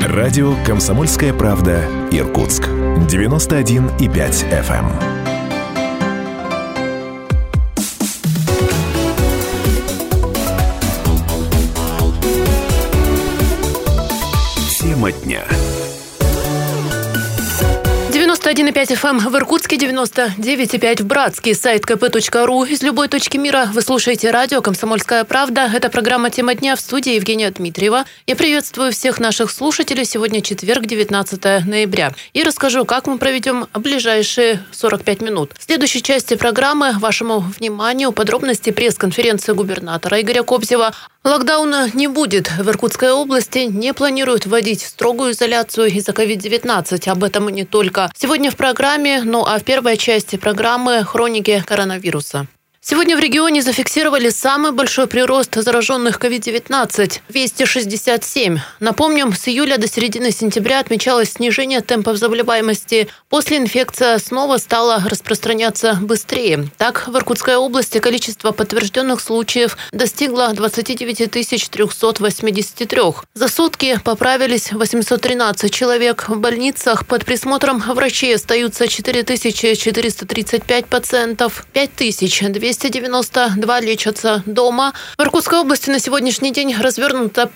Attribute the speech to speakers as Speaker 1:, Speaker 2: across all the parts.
Speaker 1: Радио «Комсомольская правда», Иркутск. 91,5 FM. Тема дня.
Speaker 2: 91,5 FM в Иркутске, 99,5 в Братске. Сайт kp.ru. Из любой точки мира вы слушаете радио «Комсомольская правда». Это программа «Тема дня», в студии Евгения Дмитриева. Я приветствую всех наших слушателей. Сегодня четверг, 19 ноября. И расскажу, как мы проведем ближайшие 45 минут. В следующей части программы вашему вниманию подробности пресс-конференции губернатора Игоря Кобзева. Локдауна не будет. В Иркутской области не планируют вводить строгую изоляцию из-за COVID-19. Об этом и не только. Сегодня в программе, а в первой части программы «Хроники коронавируса». Сегодня в регионе зафиксировали самый большой прирост зараженных COVID-19 – 267. Напомним, с июля до середины сентября отмечалось снижение темпов заболеваемости. После инфекция снова стала распространяться быстрее. Так, в Иркутской области количество подтвержденных случаев достигло 29 383. За сутки поправились 813 человек. В больницах под присмотром врачей остаются 4435 пациентов, 5292 лечатся дома. В Иркутской области на сегодняшний день развернуто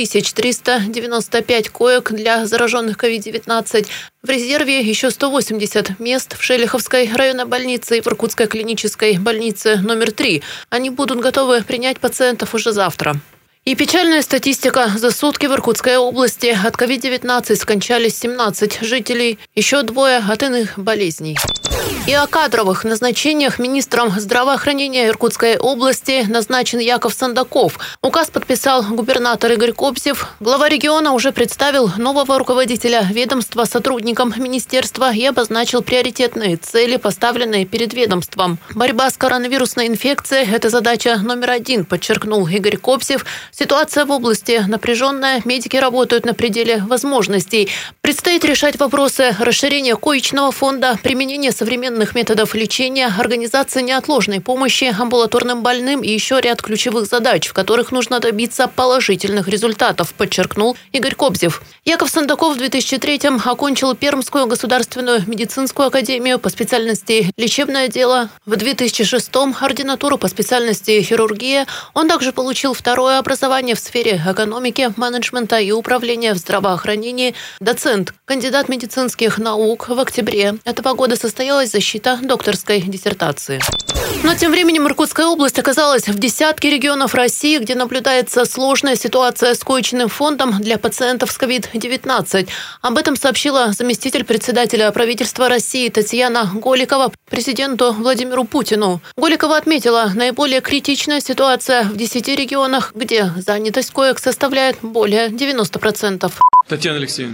Speaker 2: 5395 коек для зараженных COVID-19. В резерве еще 180 мест в Шелиховской районной больнице и в Иркутской клинической больнице номер 3. Они будут готовы принять пациентов уже завтра. И печальная статистика. За сутки в Иркутской области от COVID-19 скончались 17 жителей, еще 2 от иных болезней. И о кадровых назначениях министром здравоохранения Иркутской области назначен Яков Сандаков. Указ подписал губернатор Игорь Кобзев. Глава региона уже представил нового руководителя ведомства сотрудникам министерства и обозначил приоритетные цели, поставленные перед ведомством. Борьба с коронавирусной инфекцией – это задача номер 1, подчеркнул Игорь Кобзев. Ситуация в области напряженная, медики работают на пределе возможностей. Предстоит решать вопросы расширения коечного фонда, применения современных методов лечения, организации неотложной помощи амбулаторным больным и еще ряд ключевых задач, в которых нужно добиться положительных результатов, подчеркнул Игорь Кобзев. Яков Сандаков в 2003-м окончил Пермскую государственную медицинскую академию по специальности лечебное дело. В 2006-м ординатуру по специальности хирургия. Он также получил второе образование в сфере экономики, менеджмента и управления в здравоохранении. Доцент, кандидат медицинских наук. В октябре этого года состоялась защита докторской диссертации. Но тем временем Иркутская область оказалась в десятке регионов России, где наблюдается сложная ситуация с коечным фондом для пациентов с COVID-19. Об этом сообщила заместитель председателя правительства России Татьяна Голикова президенту Владимиру Путину. Голикова отметила, наиболее критичная ситуация в 10 регионах, где занятость коек составляет более 90%.
Speaker 3: Татьяна Алексеевна,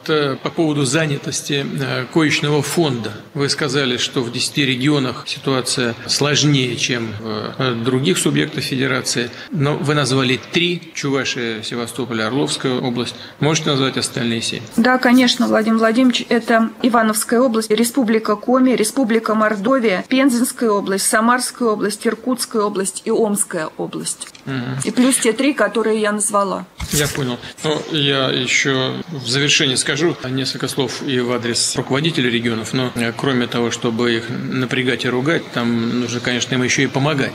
Speaker 3: по поводу занятости коечного фонда. Вы сказали, что в 10 регионах ситуация сложнее, чем в других субъектах федерации. Но вы назвали 3: Чувашия, Севастополь, Орловская область. Можете назвать остальные 7?
Speaker 4: Да, конечно, Владимир Владимирович. Это Ивановская область, Республика Коми, Республика Мордовия, Пензенская область, Самарская область, Иркутская область и Омская область. И плюс те 3, которые я назвала.
Speaker 3: Я понял. Но я еще в завершение скажу несколько слов и в адрес руководителей регионов, но кроме того, чтобы их напрягать и ругать, там нужно, конечно, им еще и помогать.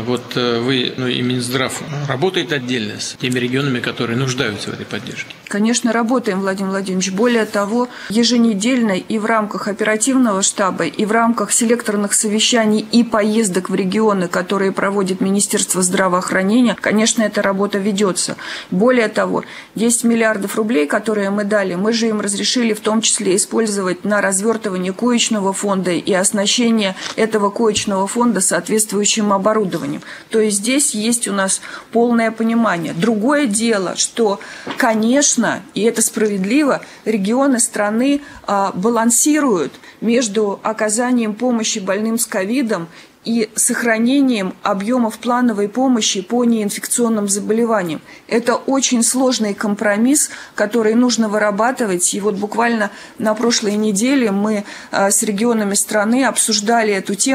Speaker 3: Вы, и Минздрав работает отдельно с теми регионами, которые нуждаются в этой поддержке?
Speaker 4: Конечно, работаем, Владимир Владимирович. Более того, еженедельно и в рамках оперативного штаба, и в рамках селекторных совещаний и поездок в регионы, которые проводит Министерство здравоохранения, конечно, эта работа ведется. Более того, 10 миллиардов рублей, которые мы дали, мы же им разрешили в том числе использовать на развертывание коечного фонда и оснащение этого коечного фонда соответствующим оборудованием. То есть здесь есть у нас полное понимание. Другое дело, что, конечно, и это справедливо, регионы страны балансируют между оказанием помощи больным с ковидом и сохранением объемов плановой помощи по неинфекционным заболеваниям. Это очень сложный компромисс, который нужно вырабатывать. И буквально на прошлой неделе мы с регионами страны обсуждали эту тему,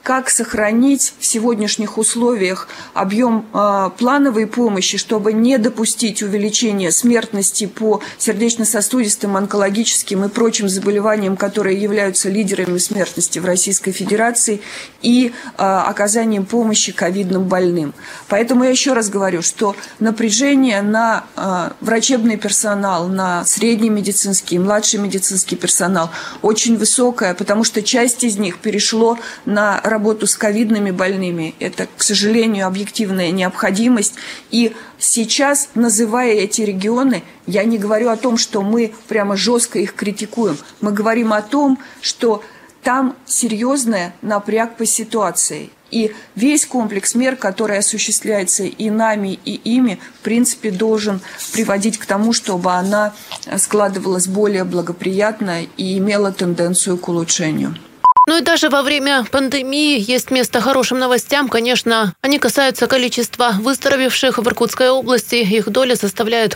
Speaker 4: как сохранить в сегодняшних условиях объем плановой помощи, чтобы не допустить увеличения смертности по сердечно-сосудистым, онкологическим и прочим заболеваниям, которые являются лидерами смертности в Российской Федерации, и оказанием помощи ковидным больным. Поэтому я еще раз говорю, что напряжение на врачебный персонал, на средний медицинский и младший медицинский персонал очень высокое, потому что часть из них перешло на работу с ковидными больными. Это, к сожалению, объективная необходимость. И сейчас, называя эти регионы, я не говорю о том, что мы прямо жестко их критикуем. Мы говорим о том, что там серьезный напряг по ситуации. И весь комплекс мер, который осуществляется и нами, и ими, в принципе, должен приводить к тому, чтобы она складывалась более благоприятно и имела тенденцию к улучшению.
Speaker 2: Ну и даже во время пандемии есть место хорошим новостям. Конечно, они касаются количества выздоровевших в Иркутской области. Их доля составляет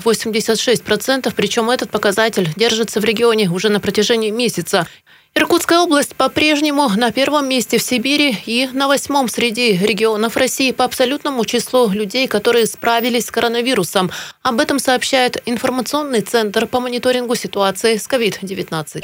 Speaker 2: 86%, причем этот показатель держится в регионе уже на протяжении месяца. Иркутская область по-прежнему на первом месте в Сибири и на 8-м среди регионов России по абсолютному числу людей, которые справились с коронавирусом. Об этом сообщает информационный центр по мониторингу ситуации с COVID-19.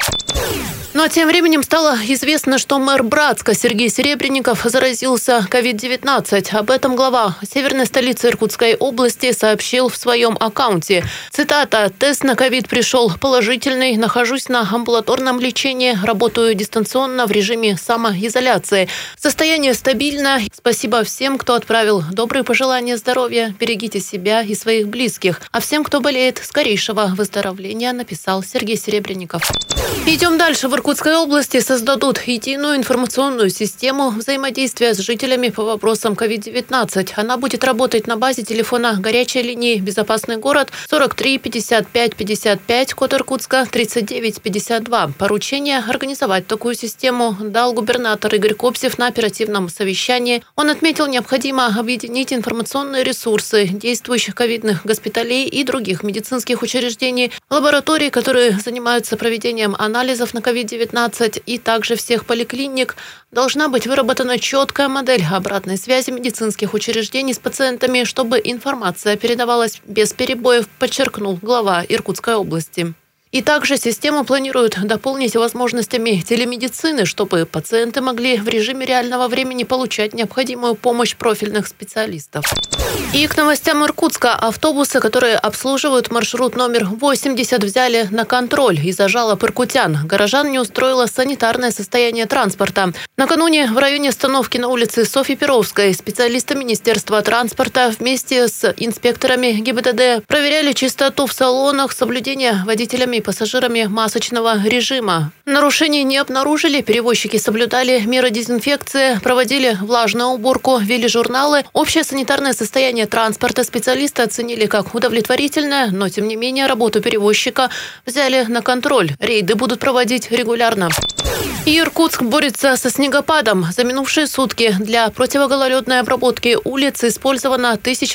Speaker 2: Ну а тем временем стало известно, что мэр Братска Сергей Серебренников заразился COVID-19. Об этом глава северной столицы Иркутской области сообщил в своем аккаунте. Цитата: «Тест на COVID пришел положительный. Нахожусь на амбулаторном лечении. Работаю дистанционно в режиме самоизоляции. Состояние стабильно. Спасибо всем, кто отправил добрые пожелания здоровья. Берегите себя и своих близких. А всем, кто болеет, скорейшего выздоровления», написал Сергей Серебренников. Идем дальше. В Иркутской области создадут единую информационную систему взаимодействия с жителями по вопросам COVID-19. Она будет работать на базе телефона горячей линии «Безопасный город» 43 55 55, код Иркутска 39 52. Поручение организовать такую систему дал губернатор Игорь Кобзев на оперативном совещании. Он отметил, необходимо объединить информационные ресурсы действующих ковидных госпиталей и других медицинских учреждений, лабораторий, которые занимаются проведением анализов на COVID-19, и также всех поликлиник. Должна быть выработана четкая модель обратной связи медицинских учреждений с пациентами, чтобы информация передавалась без перебоев, подчеркнул глава Иркутской области. И также систему планируют дополнить возможностями телемедицины, чтобы пациенты могли в режиме реального времени получать необходимую помощь профильных специалистов. И к новостям Иркутска. Автобусы, которые обслуживают маршрут номер 80, взяли на контроль из-за жалоб иркутян. Горожан не устроило санитарное состояние транспорта. Накануне в районе остановки на улице Софьи Перовской специалисты Министерства транспорта вместе с инспекторами ГИБДД проверяли чистоту в салонах, соблюдение водителями и пассажирами масочного режима. Нарушений не обнаружили, перевозчики соблюдали меры дезинфекции, проводили влажную уборку, вели журналы. Общее санитарное состояние транспорта специалисты оценили как удовлетворительное, но тем не менее работу перевозчика взяли на контроль. Рейды будут проводить регулярно. И Иркутск борется со снегопадом. За минувшие сутки для противогололедной обработки улиц использовано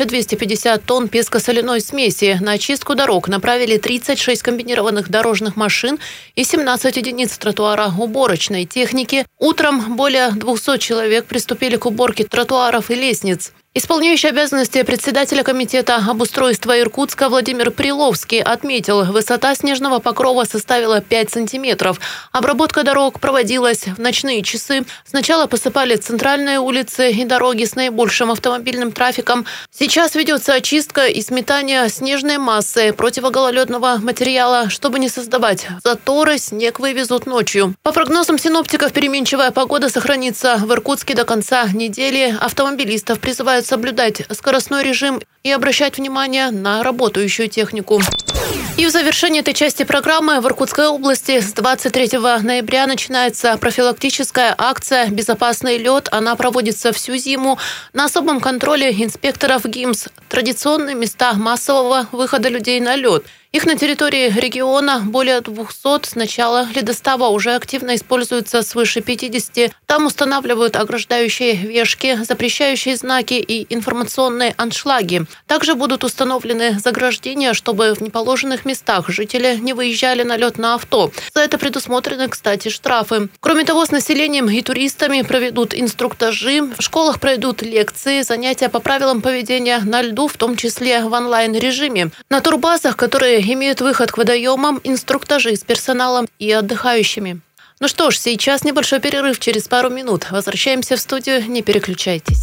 Speaker 2: 1250 тонн песко-соляной смеси. На очистку дорог направили 36 комбинированных дорожных машин и 17 единиц тротуара уборочной техники. Утром более 200 человек приступили к уборке тротуаров и лестниц. Исполняющий обязанности председателя комитета обустройства Иркутска Владимир Приловский отметил, высота снежного покрова составила 5 сантиметров. Обработка дорог проводилась в ночные часы. Сначала посыпали центральные улицы и дороги с наибольшим автомобильным трафиком. Сейчас ведется очистка и сметание снежной массы противогололедного материала. Чтобы не создавать заторы, снег вывезут ночью. По прогнозам синоптиков, переменчивая погода сохранится в Иркутске до конца недели. Автомобилистов призывают соблюдать скоростной режим и обращать внимание на работающую технику. И в завершении этой части программы в Иркутской области с 23 ноября начинается профилактическая акция «Безопасный лед». Она проводится всю зиму. На особом контроле инспекторов ГИМС традиционные места массового выхода людей на лед. Их на территории региона более 200. С начала ледостава уже активно используется свыше 50. Там устанавливают ограждающие вешки, запрещающие знаки и информационные аншлаги. Также будут установлены заграждения, чтобы в неположенных местах жители не выезжали на лед на авто. За это предусмотрены, кстати, штрафы. Кроме того, с населением и туристами проведут инструктажи, в школах пройдут лекции, занятия по правилам поведения на льду, в том числе в онлайн-режиме. На турбазах, которые имеют выход к водоемам, инструктажи с персоналом и отдыхающими. Ну что ж, сейчас небольшой перерыв, через пару минут. Возвращаемся в студию, не переключайтесь.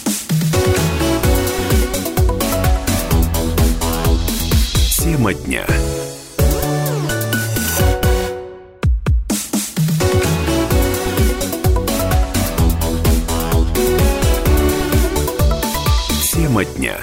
Speaker 1: Тема дня. Тема дня.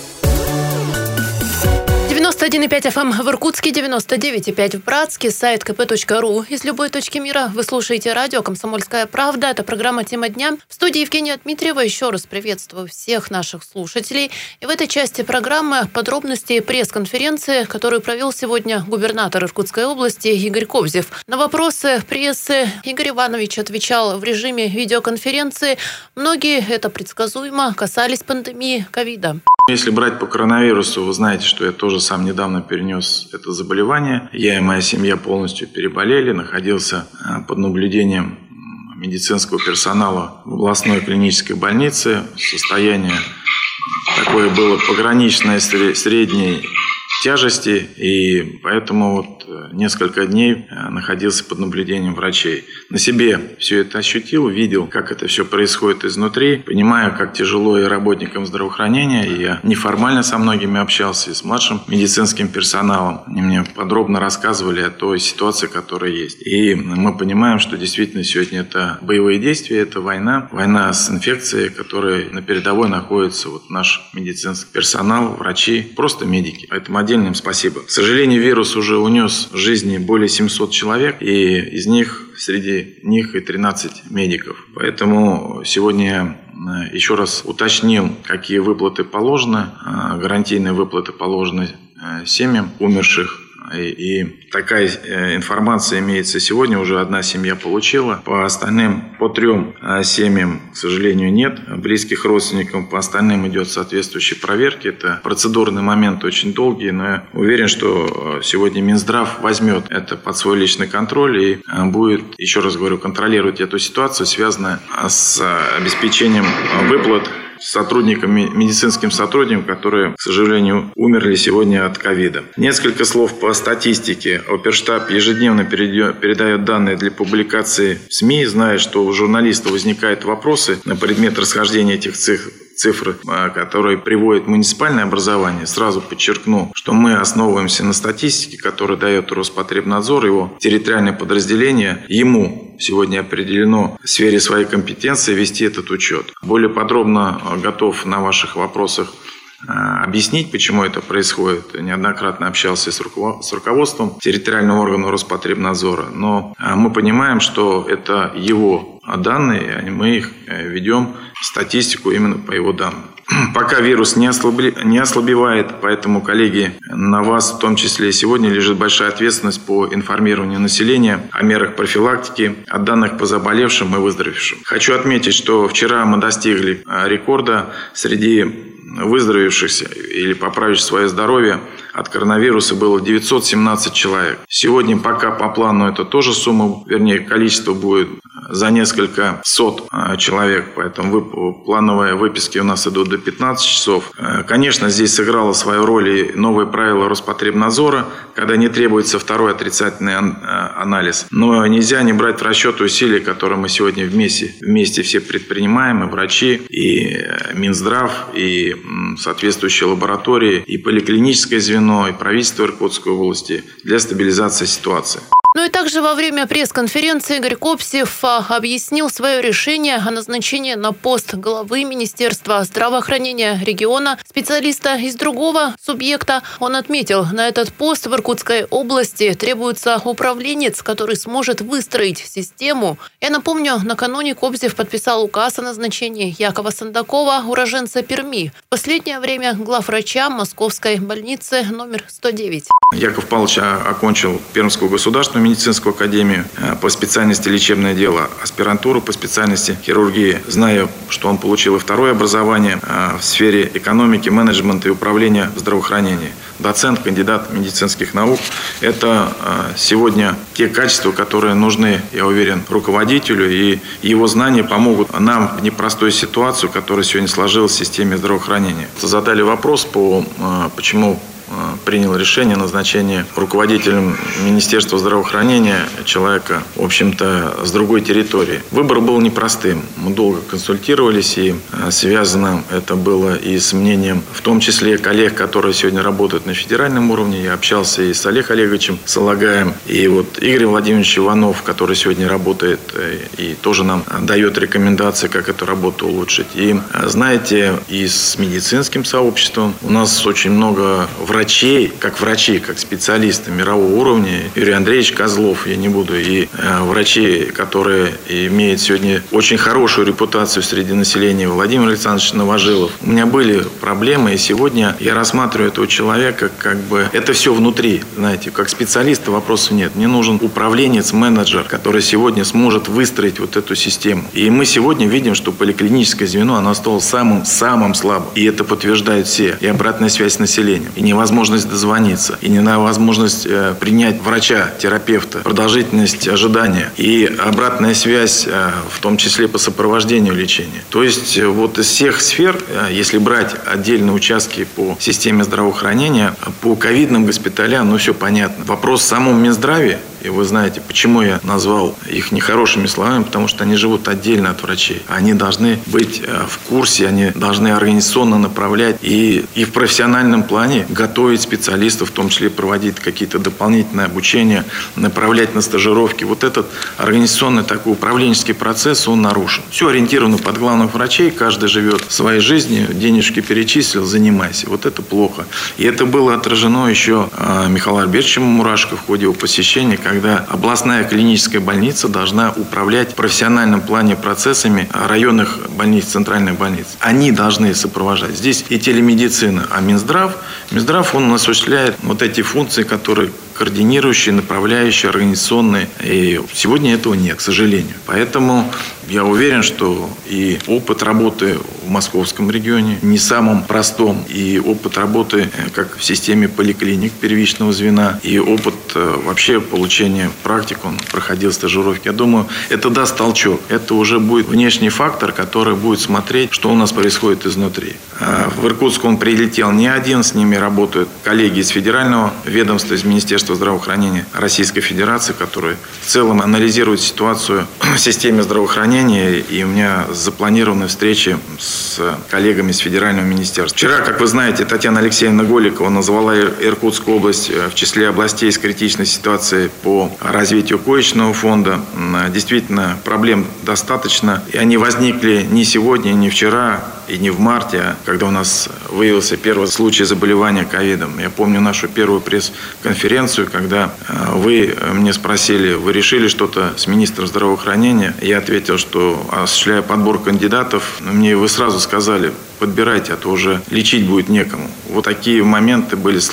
Speaker 2: 91,5 FM в Иркутске, 99,5 в Братске, сайт kp.ru. Из любой точки мира вы слушаете радио «Комсомольская правда». Это программа «Тема дня». В студии Евгения Дмитриева. Еще раз приветствую всех наших слушателей. И в этой части программы подробности пресс-конференции, которую провел сегодня губернатор Иркутской области Игорь Кобзев. На вопросы прессы Игорь Иванович отвечал в режиме видеоконференции. Многие, это предсказуемо, касались пандемии ковида.
Speaker 5: Если брать по коронавирусу, вы знаете, что я тоже сам недавно перенес это заболевание. Я и моя семья полностью переболели, находился под наблюдением медицинского персонала в областной клинической больнице. Состояние такое было пограничное средней тяжести, и поэтому несколько дней находился под наблюдением врачей. На себе все это ощутил, видел, как это все происходит изнутри, понимаю, как тяжело и работникам здравоохранения, и я неформально со многими общался, и с младшим медицинским персоналом. Они мне подробно рассказывали о той ситуации, которая есть. И мы понимаем, что действительно сегодня это боевые действия, это война с инфекцией, которой на передовой находится наш медицинский персонал, врачи, просто медики. Поэтому отдельно им спасибо. К сожалению, вирус уже унес жизни более 700 человек, и из них, среди них и 13 медиков. Поэтому сегодня я еще раз уточнил, какие выплаты положены, гарантийные выплаты положены семьям умерших. И такая информация имеется сегодня, уже одна семья получила. По остальным, по 3 семьям, к сожалению, нет близких родственников. По остальным идет соответствующие проверки. Это процедурный момент очень долгий, но я уверен, что сегодня Минздрав возьмет это под свой личный контроль и будет, еще раз говорю, контролировать эту ситуацию, связанную с обеспечением выплат медицинским сотрудникам, которые, к сожалению, умерли сегодня от ковида. Несколько слов по статистике. Оперштаб ежедневно передает данные для публикации в СМИ, зная, что у журналистов возникают вопросы на предмет расхождения этих цифр, которые приводит муниципальное образование. Сразу подчеркну, что мы основываемся на статистике, которую дает Роспотребнадзор, его территориальное подразделение. Ему сегодня определено в сфере своей компетенции вести этот учет. Более подробно готов на ваших вопросах объяснить, почему это происходит. Неоднократно общался с руководством территориального органа Роспотребнадзора, но мы понимаем, что это его данные, и мы их ведем статистику именно по его данным. Пока вирус не ослабевает, поэтому, коллеги, на вас в том числе сегодня лежит большая ответственность по информированию населения о мерах профилактики, о данных по заболевшим и выздоровевшим. Хочу отметить, что вчера мы достигли рекорда среди выздоровевшихся или поправивших свое здоровье от коронавируса было 917 человек. Сегодня пока по плану это тоже сумма, вернее количество будет за несколько сот человек, поэтому плановые выписки у нас идут до 15 часов. Конечно, здесь сыграло свою роль и новые правила Роспотребнадзора, когда не требуется второй отрицательный анализ. Но нельзя не брать в расчет усилия, которые мы сегодня вместе все предпринимаем, и врачи, и Минздрав, и соответствующие лаборатории, и поликлиническое звено, и правительство Иркутской области для стабилизации ситуации.
Speaker 2: Ну и также во время пресс-конференции Игорь Копсев объяснил свое решение о назначении на пост главы Министерства здравоохранения региона специалиста из другого субъекта. Он отметил, на этот пост в Иркутской области требуется управленец, который сможет выстроить систему. Я напомню, накануне Кобзев подписал указ о назначении Якова Сандакова, уроженца Перми, в последнее время главврача Московской больницы номер 109.
Speaker 5: Яков Павлович окончил Пермскую государственную медицинскую академию по специальности лечебное дело, аспирантуру по специальности хирургии. Знаю, что он получил и второе образование в сфере экономики, менеджмента и управления здравоохранения. Доцент, кандидат медицинских наук. Это сегодня те качества, которые нужны, я уверен, руководителю, и его знания помогут нам в непростой ситуации, которая сегодня сложилась в системе здравоохранения. Задали вопрос почему принял решение назначения руководителем Министерства здравоохранения человека, в общем-то, с другой территории. Выбор был непростым. Мы долго консультировались, и связано это было и с мнением, в том числе коллег, которые сегодня работают на федеральном уровне. Я общался и с Олегом Олеговичем Салагаем, и вот Игорь Владимирович Иванов, который сегодня работает и тоже нам дает рекомендации, как эту работу улучшить. И знаете, и с медицинским сообществом у нас очень много врачей, как специалисты мирового уровня. Юрий Андреевич Козлов, я не буду, и врачи, которые имеют сегодня очень хорошую репутацию среди населения, Владимир Александрович Новожилов. У меня были проблемы, и сегодня я рассматриваю этого человека, это все внутри, знаете, как специалиста вопросов нет. Мне нужен управленец, менеджер, который сегодня сможет выстроить вот эту систему. И мы сегодня видим, что поликлиническое звено, оно стало самым слабым. И это подтверждают все. И обратная связь с населением, и невозможность дозвониться, и невозможность принять врача, терапевта, продолжительность ожидания, и обратная связь, в том числе по сопровождению лечения. То есть вот из всех сфер, если брать отдельные участки по системе здравоохранения, по ковидным госпиталям, все понятно. Вопрос в самом Минздраве, и вы знаете, почему я назвал их нехорошими словами, потому что они живут отдельно от врачей. Они должны быть в курсе, они должны организационно направлять и в профессиональном плане готовить специалистов, в том числе проводить какие-то дополнительные обучения, направлять на стажировки. Вот этот организационный такой управленческий процесс, он нарушен. Все ориентировано под главных врачей, каждый живет своей жизнью, денежки перечислил, занимайся. Вот это плохо. И это было отражено еще Михаилом Альбертовичем Мурашко в ходе его посещения, когда областная клиническая больница должна управлять в профессиональном плане процессами районных больниц, центральных больниц. Они должны сопровождать. Здесь и телемедицина, а Минздрав, он осуществляет вот эти функции, которые координирующие, направляющие, организационные. И сегодня этого нет, к сожалению. Поэтому я уверен, что и опыт работы в московском регионе не самым простом, и опыт работы как в системе поликлиник первичного звена, и опыт вообще получения практик, он проходил стажировки. Я думаю, это даст толчок. Это уже будет внешний фактор, который будет смотреть, что у нас происходит изнутри. В Иркутск он прилетел не один, с ними работают коллеги из федерального ведомства, из Министерства здравоохранения Российской Федерации, которые в целом анализируют ситуацию в системе здравоохранения. И у меня запланированы встречи с коллегами из федерального министерства. Вчера, как вы знаете, Татьяна Алексеевна Голикова назвала Иркутскую область в числе областей с критичной ситуацией по развитию коечного фонда. Действительно, проблем достаточно. И они возникли не сегодня, не вчера, и не в марте, когда у нас выявился первый случай заболевания ковидом. Я помню нашу первую пресс-конференцию, когда вы мне спросили, вы решили что-то с министром здравоохранения? Я ответил, что осуществляя подбор кандидатов, мне вы сразу сказали, подбирайте, а то уже лечить будет некому. Вот такие моменты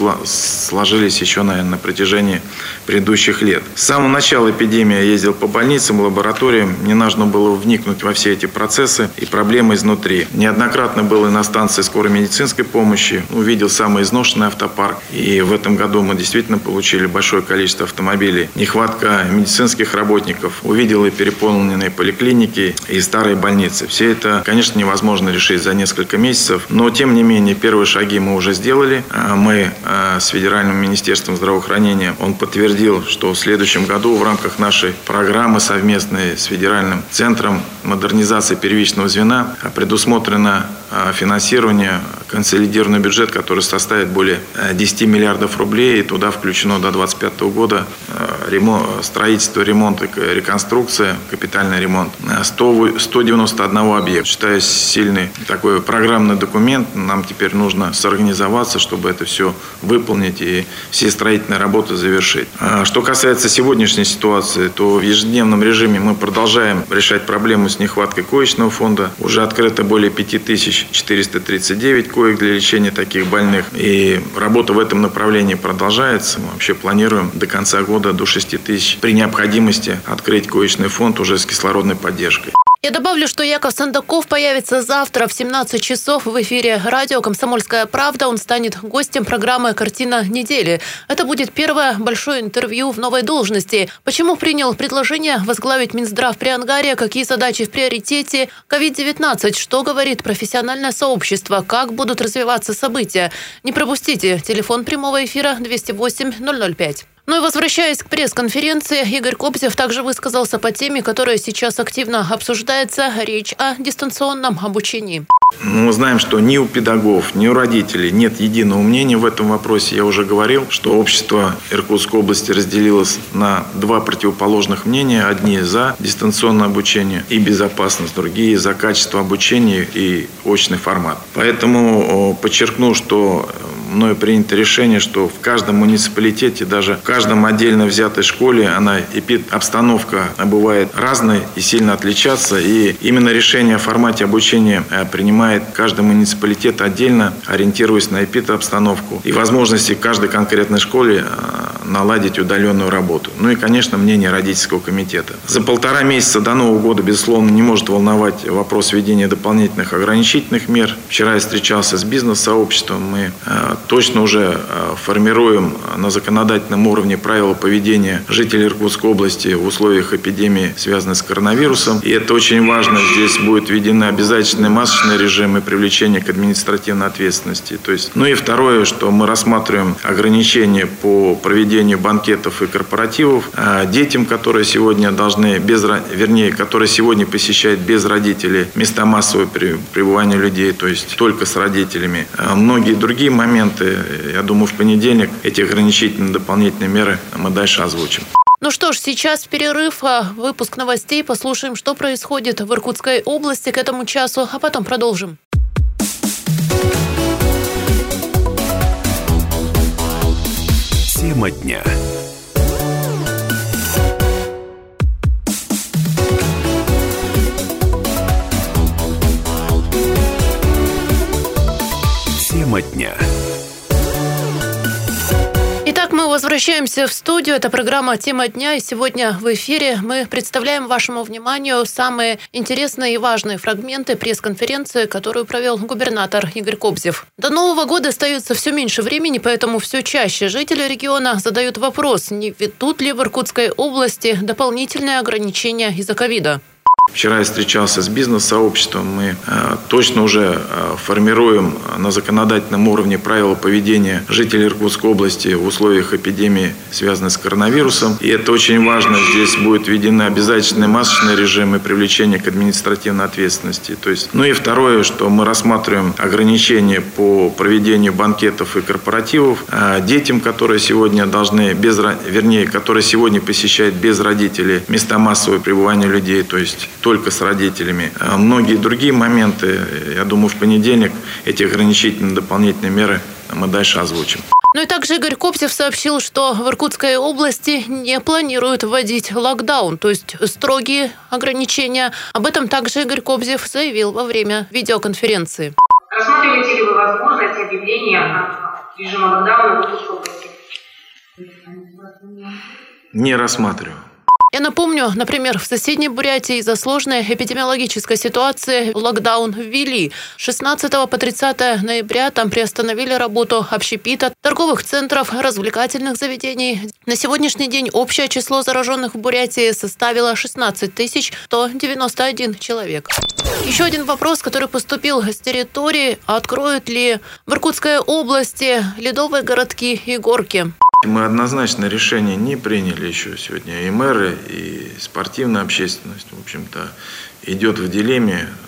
Speaker 5: сложились еще, наверное, на протяжении предыдущих лет. С самого начала эпидемии я ездил по больницам, лабораториям. Мне нужно было вникнуть во все эти процессы и проблемы изнутри. Неоднократно был и на станции скорой медицинской помощи. Увидел самый изношенный автопарк. И в этом году мы действительно получили большое количество автомобилей. Нехватка медицинских работников. Увидел и переполненные поликлиники, и старые больницы. Все это, конечно, невозможно решить за несколько месяцев. Но, тем не менее, первые шаги мы уже сделали. Мы с Федеральным министерством здравоохранения, он подтвердил, что в следующем году в рамках нашей программы совместной с Федеральным центром модернизации первичного звена предусмотрено финансирование консолидированный бюджет, который составит более 10 миллиардов рублей. И туда включено до 2025 года строительство, ремонт и реконструкция, капитальный ремонт 191 объекта. Считаю, сильный такой программный документ. Нам теперь нужно сорганизоваться, чтобы это все выполнить и все строительные работы завершить. Что касается сегодняшней ситуации, то в ежедневном режиме мы продолжаем решать проблему с нехваткой коечного фонда. Уже открыто более 5439 коек для лечения таких больных. И работа в этом направлении продолжается. Мы вообще планируем до конца года до 6 тысяч при необходимости открыть коечный фонд уже с кислородной поддержкой.
Speaker 2: Я добавлю, что Яков Сандаков появится завтра в 17 часов в эфире радио «Комсомольская правда». Он станет гостем программы «Картина недели». Это будет первое большое интервью в новой должности. Почему принял предложение возглавить Минздрав при Ангаре, какие задачи в приоритете, COVID-19, что говорит профессиональное сообщество, как будут развиваться события. Не пропустите. Телефон прямого эфира 208-005. Ну и возвращаясь к пресс-конференции, Игорь Кобзев также высказался по теме, которая сейчас активно обсуждается. Речь о дистанционном обучении.
Speaker 5: Мы знаем, что ни у педагогов, ни у родителей нет единого мнения в этом вопросе. Я уже говорил, что общество Иркутской области разделилось на два противоположных мнения. Одни за дистанционное обучение и безопасность, другие за качество обучения и очный формат. Поэтому подчеркну, что мною принято решение, что в каждом муниципалитете, даже в каждом отдельно взятой школе, обстановка бывает разной и сильно отличаться. И именно решение о формате обучения принимает каждый муниципалитет отдельно, ориентируясь на эпидобстановку и возможности каждой конкретной школе наладить удаленную работу. Ну и, конечно, мнение родительского комитета. За 1,5 месяца до Нового года, безусловно, не может волновать вопрос введения дополнительных ограничительных мер. Вчера я встречался с бизнес-сообществом. Мы точно уже формируем на законодательном уровне правила поведения жителей Иркутской области в условиях эпидемии, связанной с коронавирусом. И это очень важно. Здесь будут введены обязательные масочные режимы привлечения к административной ответственности. Ну и второе, что мы рассматриваем ограничения по проведению банкетов и корпоративов детям, которые сегодня которые сегодня посещают без родителей места массового пребывания людей, то есть только с родителями. Многие другие моменты, я думаю, в понедельник эти ограничительные дополнительные меры мы дальше озвучим.
Speaker 2: Ну что ж, сейчас перерыв, выпуск новостей. Послушаем, что происходит в Иркутской области к этому часу, а потом продолжим.
Speaker 1: Тема дня. Тема дня.
Speaker 2: Итак, мы возвращаемся в студию. Это программа «Тема дня». И сегодня в эфире мы представляем вашему вниманию самые интересные и важные фрагменты пресс-конференции, которую провел губернатор Игорь Кобзев. До Нового года остается все меньше времени, поэтому все чаще жители региона задают вопрос, не введут ли в Иркутской области дополнительные ограничения из-за ковида.
Speaker 5: Вчера я встречался с бизнес-сообществом. Мы точно уже формируем на законодательном уровне правила поведения жителей Иркутской области в условиях эпидемии, связанной с коронавирусом. И это очень важно. Здесь будут введены обязательные масочные режимы привлечения к административной ответственности. Ну и второе, что мы рассматриваем ограничения по проведению банкетов и корпоративов детям, которые сегодня которые сегодня посещают без родителей места массового пребывания людей, то есть только с родителями. Многие другие моменты, я думаю, в понедельник эти ограничительные дополнительные меры мы дальше озвучим.
Speaker 2: Ну и также Игорь Кобзев сообщил, что в Иркутской области не планируют вводить локдаун, то есть строгие ограничения. Об этом также Игорь Кобзев заявил во время видеоконференции.
Speaker 6: Рассматриваете ли вы возможность объявления режима локдауна в Иркутской области?
Speaker 5: Не рассматриваю.
Speaker 2: Я напомню, например, в соседней Бурятии из-за сложной эпидемиологической ситуации локдаун ввели. 16 по 30 ноября там приостановили работу общепита, торговых центров, развлекательных заведений. На сегодняшний день общее число зараженных в Бурятии составило 16 191 человек. Еще один вопрос, который поступил с территории. Откроют ли в Иркутской области ледовые городки и горки?
Speaker 5: Мы однозначно решение не приняли еще сегодня. И мэры, и спортивная общественность, в общем-то, идет в дилемме.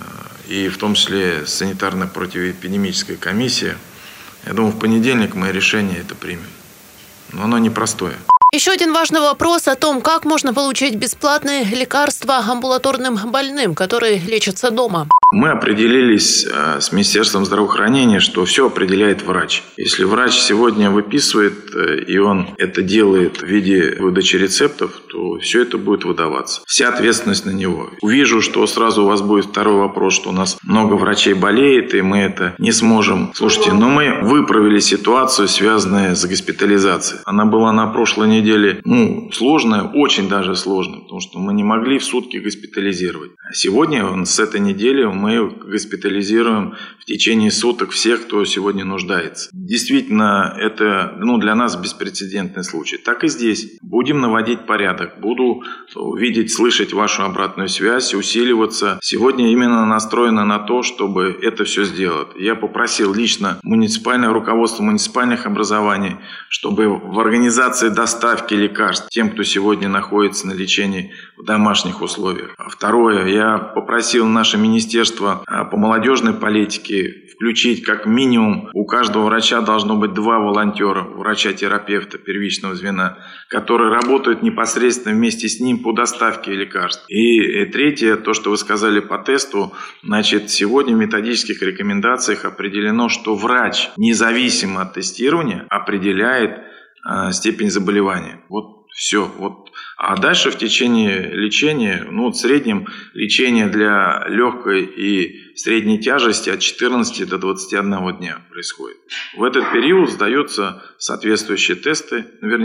Speaker 5: и в том числе санитарно-противоэпидемическая комиссия. Я думаю, в понедельник мы решение это примем. Но оно непростое.
Speaker 2: Еще один важный вопрос о том, как можно получить бесплатные лекарства амбулаторным больным, которые лечатся дома.
Speaker 5: Мы определились с Министерством здравоохранения, что все определяет врач. Если врач сегодня выписывает, и он это делает в виде выдачи рецептов, то все это будет выдаваться. Вся ответственность на него. Увижу, что сразу у вас будет второй вопрос, что у нас много врачей болеет, и мы это не сможем. Слушайте, но мы выправили ситуацию, связанную с госпитализацией. Она была на прошлой неделе сложная, очень даже сложная, потому что мы не могли в сутки госпитализировать. А сегодня, с этой недели, мы госпитализируем в течение суток всех, кто сегодня нуждается. Действительно, это для нас беспрецедентный случай. Так и здесь. Будем наводить порядок. Буду видеть, слышать вашу обратную связь, усиливаться. Сегодня именно настроено на то, чтобы это все сделать. Я попросил лично муниципальное руководство муниципальных образований, чтобы в организации доставки лекарств тем, кто сегодня находится на лечении в домашних условиях. Второе, я попросил наше министерство по молодежной политике включить как минимум у каждого врача должно быть 2 волонтера, врача-терапевта первичного звена, которые работают непосредственно вместе с ним по доставке лекарств. И третье, то, что вы сказали по тесту, сегодня в методических рекомендациях определено, что врач, независимо от тестирования, определяет степень заболевания. Все. А дальше в течение лечения, в среднем лечение для легкой и средней тяжести от 14 до 21 дня происходит. В этот период сдаются соответствующие тесты,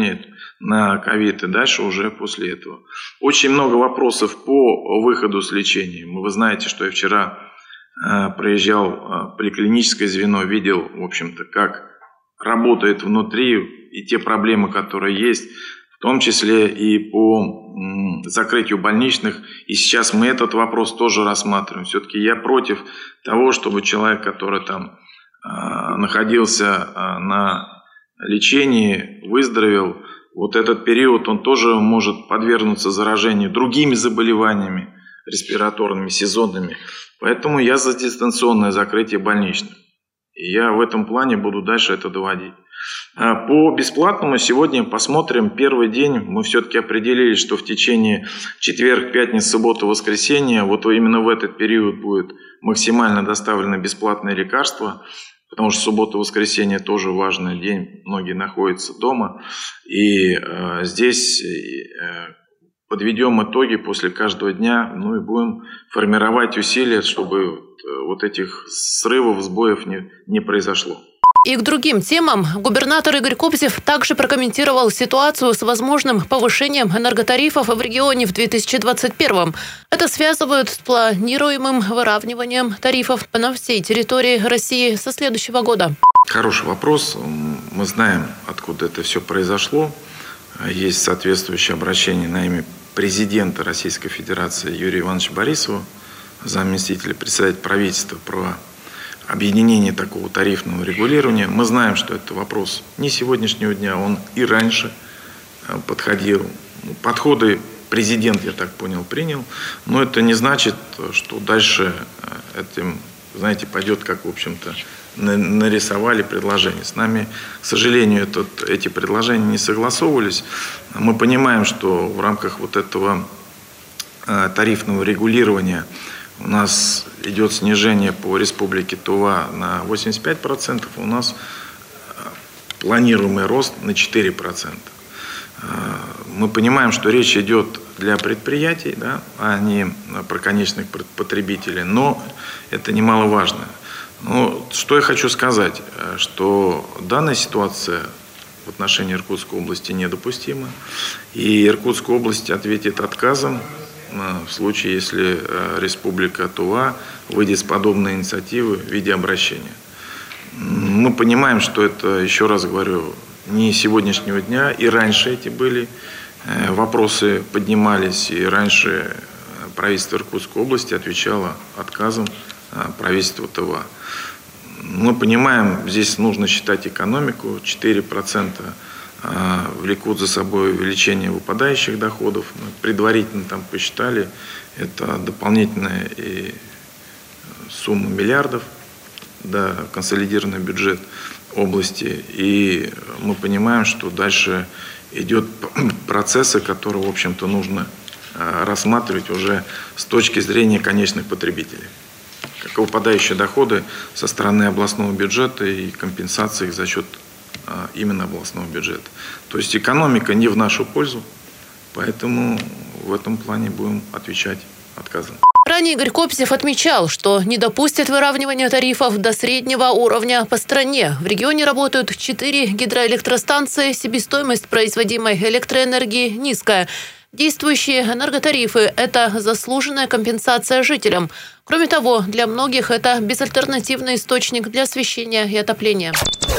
Speaker 5: на ковид, и дальше уже после этого. Очень много вопросов по выходу с лечения. Вы знаете, что я вчера проезжал в поликлиническое звено, видел, в общем-то, как работает внутри и те проблемы, которые есть, в том числе и по закрытию больничных. И сейчас мы этот вопрос тоже рассматриваем. Все-таки я против того, чтобы человек, который там находился на лечении, выздоровел, этот период он тоже может подвергнуться заражению другими заболеваниями респираторными, сезонными. Поэтому я за дистанционное закрытие больничных. И я в этом плане буду дальше это доводить. По бесплатному сегодня посмотрим первый день. Мы все-таки определились, что в течение четверг, пятницы, субботы, воскресенья, именно в этот период будет максимально доставлено бесплатное лекарство, потому что суббота, воскресенье тоже важный день, многие находятся дома. И здесь подведем итоги после каждого дня, и будем формировать усилия, чтобы этих срывов, сбоев не произошло.
Speaker 2: И к другим темам губернатор Игорь Кобзев также прокомментировал ситуацию с возможным повышением энерготарифов в регионе в 2021. Это связывают с планируемым выравниванием тарифов на всей территории России со следующего года.
Speaker 5: Хороший вопрос. Мы знаем, откуда это все произошло. Есть соответствующее обращение на имя президента Российской Федерации Юрия Ивановича Борисова, заместителя председателя правительства, про объединение такого тарифного регулирования. Мы знаем, что это вопрос не сегодняшнего дня, он и раньше подходил. Подходы президент, я так понял, принял, но это не значит, что дальше этим, пойдет, как, в общем-то, нарисовали предложения. С нами, к сожалению, эти предложения не согласовывались. Мы понимаем, что в рамках этого тарифного регулирования у нас идет снижение по республике Тува на 85%, у нас планируемый рост на 4%. Мы понимаем, что речь идет для предприятий, а не про конечных потребителей, но это немаловажно. Что я хочу сказать, что данная ситуация в отношении Иркутской области недопустима, и Иркутская область ответит отказом в случае, если Республика Тува выйдет с подобной инициативы в виде обращения. Мы понимаем, что это, еще раз говорю, не сегодняшнего дня, и раньше эти были вопросы поднимались, и раньше правительство Иркутской области отвечало отказом правительства Тува. Мы понимаем, здесь нужно считать экономику, 4% влекут за собой увеличение выпадающих доходов. Мы предварительно там посчитали, это дополнительные сумму миллиардов, да, консолидированный бюджет области. И мы понимаем, что дальше идет процессы, которые, в общем-то, нужно рассматривать уже с точки зрения конечных потребителей. Как выпадающие доходы со стороны областного бюджета и компенсации их за счет именно областного бюджета. То есть экономика не в нашу пользу, поэтому в этом плане будем отвечать отказом.
Speaker 2: Ранее Игорь Кобзев отмечал, что не допустит выравнивания тарифов до среднего уровня по стране. В регионе работают 4 гидроэлектростанции, себестоимость производимой электроэнергии низкая. Действующие энерготарифы – это заслуженная компенсация жителям. Кроме того, для многих это безальтернативный источник для освещения и отопления.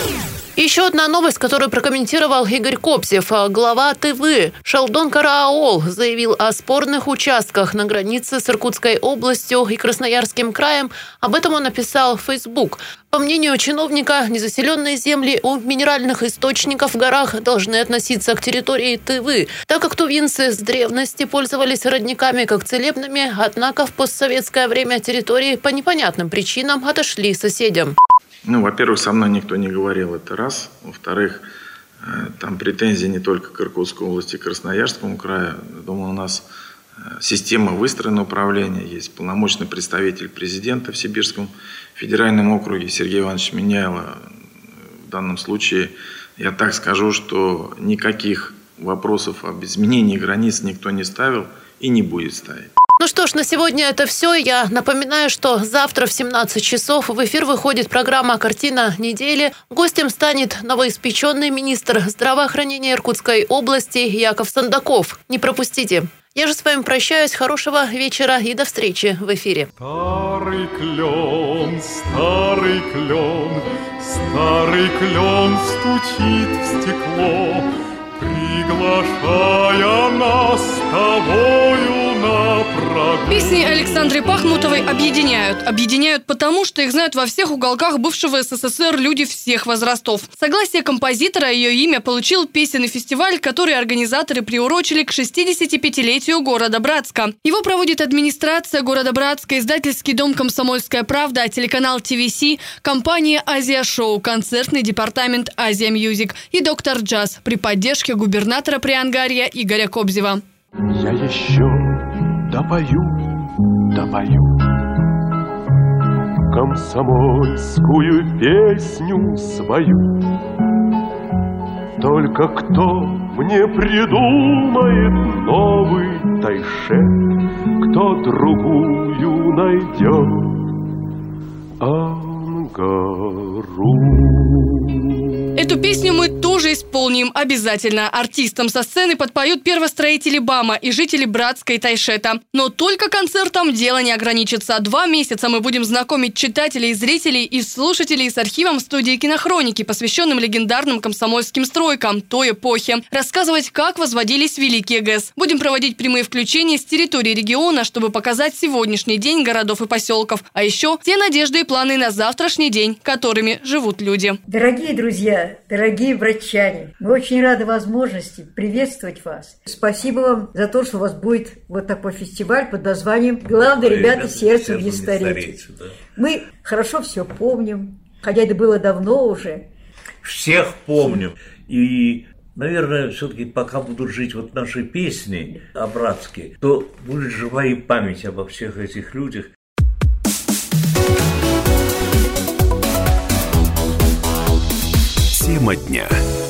Speaker 2: Еще одна новость, которую прокомментировал Игорь Кобзев. Глава Тывы Шалдон Караол заявил о спорных участках на границе с Иркутской областью и Красноярским краем. Об этом он написал в Facebook. По мнению чиновника, незаселенные земли у минеральных источников в горах должны относиться к территории Тывы, так как тувинцы с древности пользовались родниками как целебными, однако в постсоветское время территории по непонятным причинам отошли соседям.
Speaker 5: Во-первых, со мной никто не говорил, это раз. Во-вторых, там претензии не только к Иркутской области, к Красноярскому краю. Думаю, у нас система выстроена управления. Есть полномочный представитель президента в Сибирском федеральном округе Сергей Иванович Миняйло. В данном случае я так скажу, что никаких вопросов об изменении границ никто не ставил и не будет ставить.
Speaker 2: Ну что ж, на сегодня это все. Я напоминаю, что завтра в 17 часов в эфир выходит программа «Картина недели». Гостем станет новоиспеченный министр здравоохранения Иркутской области Яков Сандаков. Не пропустите. Я же с вами прощаюсь. Хорошего вечера и до встречи в эфире.
Speaker 7: Старый клен стучит в стекло, приглашая нас с тобою на прогулку.
Speaker 8: Песни Александры Пахмутовой объединяют. Объединяют потому, что их знают во всех уголках бывшего СССР люди всех возрастов. Согласие композитора ее имя получил песенный фестиваль, который организаторы приурочили к 65-летию города Братска. Его проводит администрация города Братска, издательский дом «Комсомольская правда», телеканал ТВС, компания «Азия Шоу», концертный департамент «Азия Мьюзик» и «Доктор Джаз» при поддержке губернатора Приангарья Игоря Кобзева.
Speaker 7: Я еще допою комсомольскую песню свою. Только кто мне придумает новый тайшет, кто другую найдет ангару.
Speaker 8: Эту песню мы тоже исполним обязательно. Артистам со сцены подпоют первостроители БАМа и жители Братска и Тайшета. Но только концертом дело не ограничится. 2 месяца мы будем знакомить читателей, зрителей и слушателей с архивом студии «Кинохроники», посвященным легендарным комсомольским стройкам той эпохи. Рассказывать, как возводились великие ГЭС. Будем проводить прямые включения с территории региона, чтобы показать сегодняшний день городов и поселков. А еще те надежды и планы на завтрашний день, которыми живут люди.
Speaker 9: Дорогие друзья, дорогие братчане, мы очень рады возможности приветствовать вас. Спасибо вам за то, что у вас будет вот такой фестиваль под названием «Главное, ребята, сердцем не стареть». Да. Мы хорошо все помним, хотя это было давно уже.
Speaker 10: Всех помним. И, наверное, все-таки пока будут жить вот наши песни о Братске, то будет жива и память обо всех этих людях.
Speaker 1: Тема дня.